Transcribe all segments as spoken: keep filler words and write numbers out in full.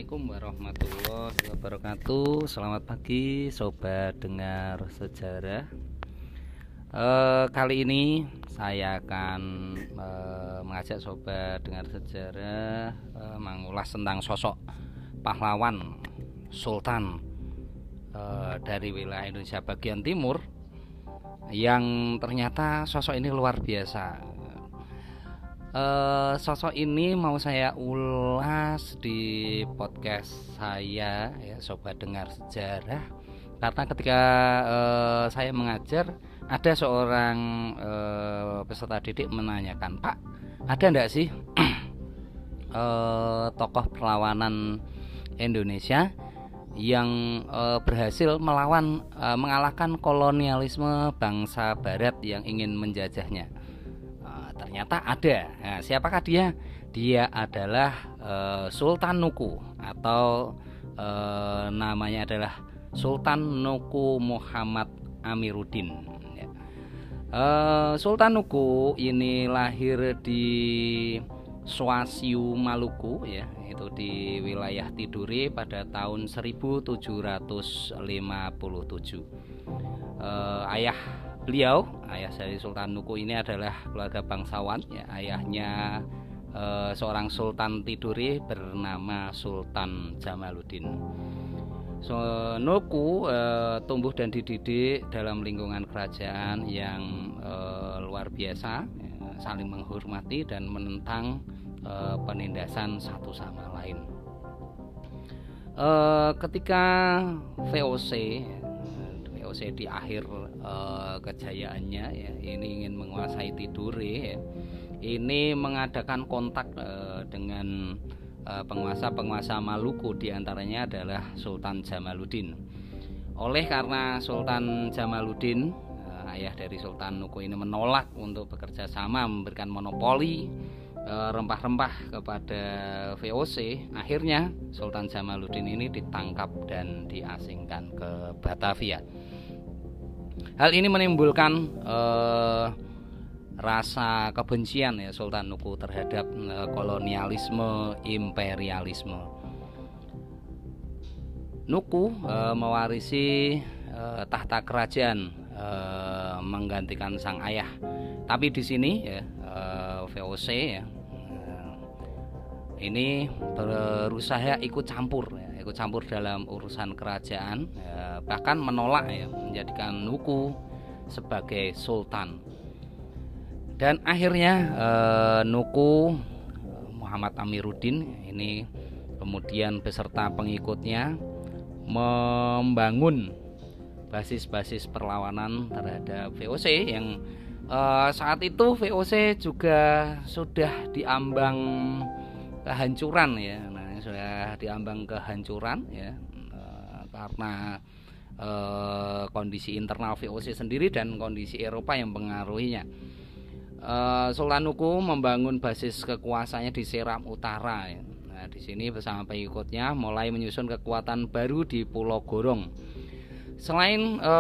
Assalamualaikum warahmatullahi wabarakatuh. Selamat pagi sobat dengar sejarah. e, Kali ini saya akan e, mengajak sobat dengar sejarah e, mengulas tentang sosok pahlawan Sultan e, dari wilayah Indonesia bagian timur, yang ternyata sosok ini luar biasa. Uh, sosok ini mau saya ulas di podcast saya ya, sobat dengar sejarah, karena ketika uh, saya mengajar ada seorang uh, peserta didik menanyakan, Pak, ada enggak sih uh, tokoh perlawanan Indonesia yang uh, berhasil melawan uh, mengalahkan kolonialisme bangsa Barat yang ingin menjajahnya? Ternyata ada. Nah, siapakah dia? Dia adalah uh, Sultan Nuku, atau uh, namanya adalah Sultan Nuku Muhammad Amiruddin. Ya. Uh, Sultan Nuku ini lahir di Swasiu, Maluku, ya, itu di wilayah Tidore pada tahun seribu tujuh ratus lima puluh tujuh. Uh, ayah Beliau, ayah dari Sultan Nuku ini adalah keluarga bangsawan, ya. Ayahnya e, seorang Sultan Tidore bernama Sultan Jamaluddin. So, Nuku e, tumbuh dan dididik dalam lingkungan kerajaan yang e, luar biasa, ya, saling menghormati dan menentang e, penindasan satu sama lain. E, ketika V O C V O C di akhir uh, kejayaannya, ya, ini ingin menguasai Tidore, ya, ini mengadakan kontak uh, dengan uh, penguasa-penguasa Maluku, diantaranya adalah Sultan Jamaluddin. Oleh karena Sultan Jamaluddin, uh, ayah dari Sultan Nuku ini, menolak untuk bekerja sama memberikan monopoli uh, rempah-rempah kepada V O C, akhirnya Sultan Jamaluddin ini ditangkap dan diasingkan ke Batavia. Hal ini menimbulkan eh, rasa kebencian, ya, Sultan Nuku terhadap eh, kolonialisme, imperialisme. Nuku eh, mewarisi eh, tahta kerajaan, eh, menggantikan sang ayah. Tapi di sini, ya, eh, V O C, ya, eh, ini berusaha ikut campur, ya, ikut campur dalam urusan kerajaan, ya, bahkan menolak, ya, menjadikan Nuku sebagai sultan. Dan akhirnya eh, Nuku Muhammad Amiruddin ini kemudian beserta pengikutnya membangun basis-basis perlawanan terhadap V O C yang eh, saat itu V O C juga sudah diambang kehancuran, ya. Nah, sudah diambang kehancuran, ya, e, karena e, kondisi internal V O C sendiri dan kondisi Eropa yang mempengaruhinya. E, Sultan Nuku membangun basis kekuasaannya di Seram Utara, ya. Nah, di sini bersama pengikutnya mulai menyusun kekuatan baru di Pulau Gorong. Selain e,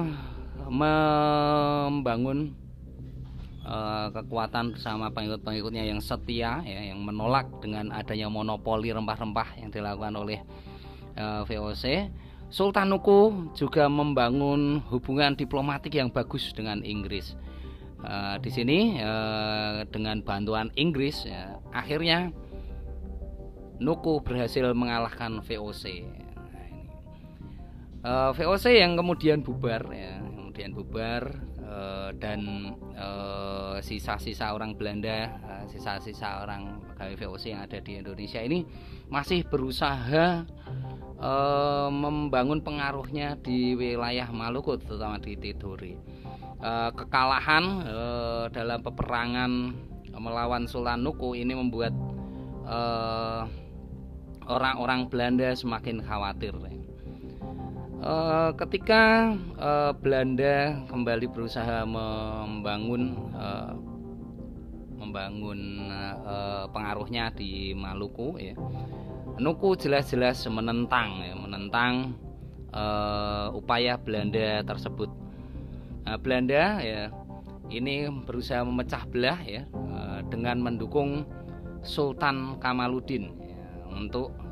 membangun Uh, kekuatan bersama pengikut-pengikutnya yang setia, ya, yang menolak dengan adanya monopoli rempah-rempah yang dilakukan oleh uh, V O C, Sultan Nuku juga membangun hubungan diplomatik yang bagus dengan Inggris. Uh, di sini uh, dengan bantuan Inggris, ya, akhirnya Nuku berhasil mengalahkan V O C. Nah, ini. Uh, V O C yang kemudian bubar, ya, kemudian bubar. Uh, dan uh, sisa-sisa orang Belanda, uh, sisa-sisa orang pegawai V O C yang ada di Indonesia ini masih berusaha uh, membangun pengaruhnya di wilayah Maluku, terutama di Tidore. Uh, kekalahan uh, dalam peperangan melawan Sultan Nuku ini membuat uh, orang-orang Belanda semakin khawatir. Uh, ketika uh, Belanda kembali berusaha membangun uh, membangun uh, pengaruhnya di Maluku, ya, Nuku jelas-jelas menentang, ya, menentang uh, upaya Belanda tersebut. Nah, Belanda, ya, ini berusaha memecah belah, ya, uh, dengan mendukung Sultan Kamaluddin, ya, untuk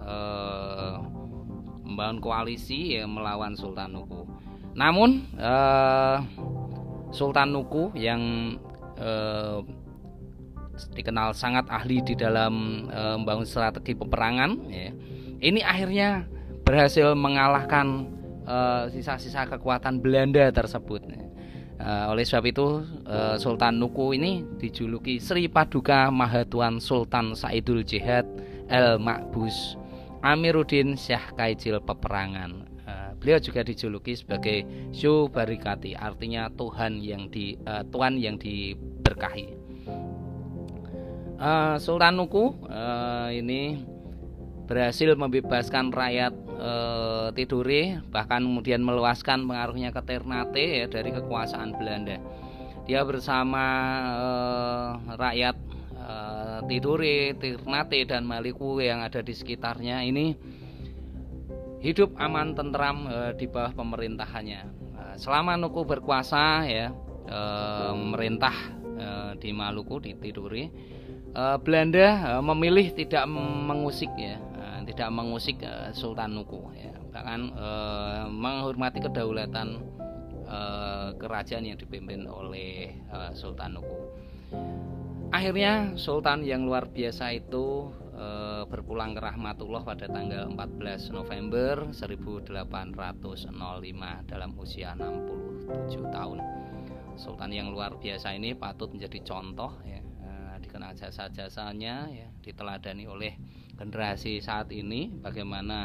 eh, membangun koalisi ya melawan Sultan Nuku. Namun eh, Sultan Nuku yang eh, dikenal sangat ahli di dalam eh, membangun strategi peperangan ya, ini akhirnya berhasil mengalahkan uh, sisa-sisa kekuatan Belanda tersebut. Uh, oleh sebab itu uh, Sultan Nuku ini dijuluki Sri Paduka Mahatuan Sultan Saidul Jihad El Makbus Amiruddin Syah Kaijil Peperangan. Uh, beliau juga dijuluki sebagai Syu Barikati, artinya Tuhan yang di uh, Tuan yang diberkahi. Uh, Sultan Nuku uh, ini berhasil membebaskan rakyat e, Tidore, bahkan kemudian meluaskan pengaruhnya ke Ternate ya, dari kekuasaan Belanda. Dia bersama e, rakyat e, Tidore, Ternate dan Maluku yang ada di sekitarnya ini hidup aman tentram e, di bawah pemerintahannya. E, selama Nuku berkuasa ya, e, memerintah e, di Maluku, di Tidore, e, Belanda e, memilih tidak mengusik ya, tidak mengusik uh, Sultan Nuku ya. Bahkan uh, menghormati kedaulatan uh, kerajaan yang dipimpin oleh uh, Sultan Nuku. Akhirnya Sultan yang luar biasa itu uh, berpulang ke rahmatullah pada tanggal empat belas November seribu delapan ratus lima dalam usia enam puluh tujuh tahun. Sultan yang luar biasa ini patut menjadi contoh ya, uh, dikenal jasa-jasanya ya, diteladani oleh generasi saat ini, bagaimana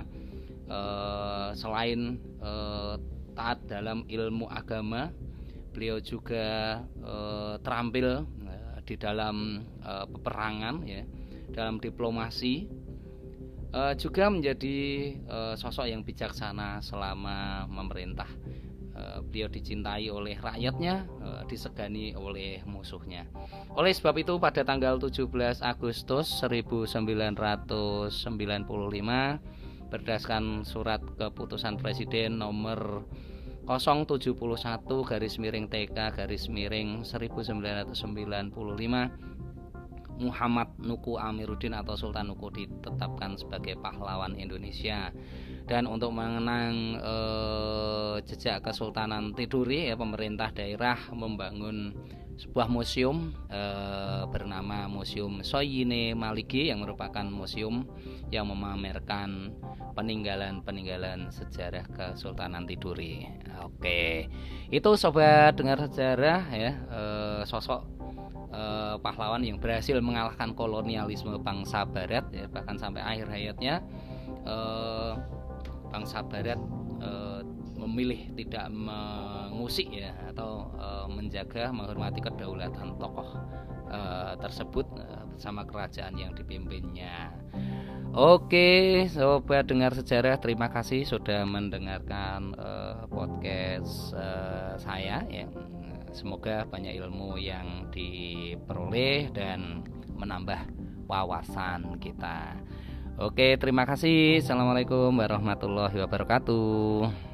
eh, selain eh, taat dalam ilmu agama, beliau juga eh, terampil eh, di dalam eh, peperangan ya, dalam diplomasi, eh, juga menjadi eh, sosok yang bijaksana selama memerintah. Eh, beliau dicintai oleh rakyatnya, eh, disegani oleh musuhnya. Oleh sebab itu pada tanggal tujuh belas Agustus seribu sembilan ratus sembilan puluh lima berdasarkan surat keputusan Presiden nomor nol tujuh satu garis miring T K garis miring seribu sembilan ratus sembilan puluh lima, Muhammad Nuku Amiruddin atau Sultan Nuku ditetapkan sebagai pahlawan Indonesia. Dan untuk mengenang eh, jejak Kesultanan Tidore ya, pemerintah daerah membangun sebuah museum eh, bernama Museum Soyine Maligi yang merupakan museum yang memamerkan peninggalan-peninggalan sejarah Kesultanan Tidore. Oke, itu sobat dengar sejarah ya, eh, sosok eh, pahlawan yang berhasil mengalahkan kolonialisme bangsa Barat ya, bahkan sampai akhir hayatnya eh, bangsa Barat eh, memilih tidak mengusik ya, atau eh, menjaga menghormati kedaulatan tokoh eh, tersebut eh, bersama kerajaan yang dipimpinnya. Oke, sobat dengar sejarah, terima kasih sudah mendengarkan eh, podcast eh, saya ya. Semoga banyak ilmu yang diperoleh dan menambah wawasan kita. Oke, terima kasih. Assalamualaikum warahmatullahi wabarakatuh.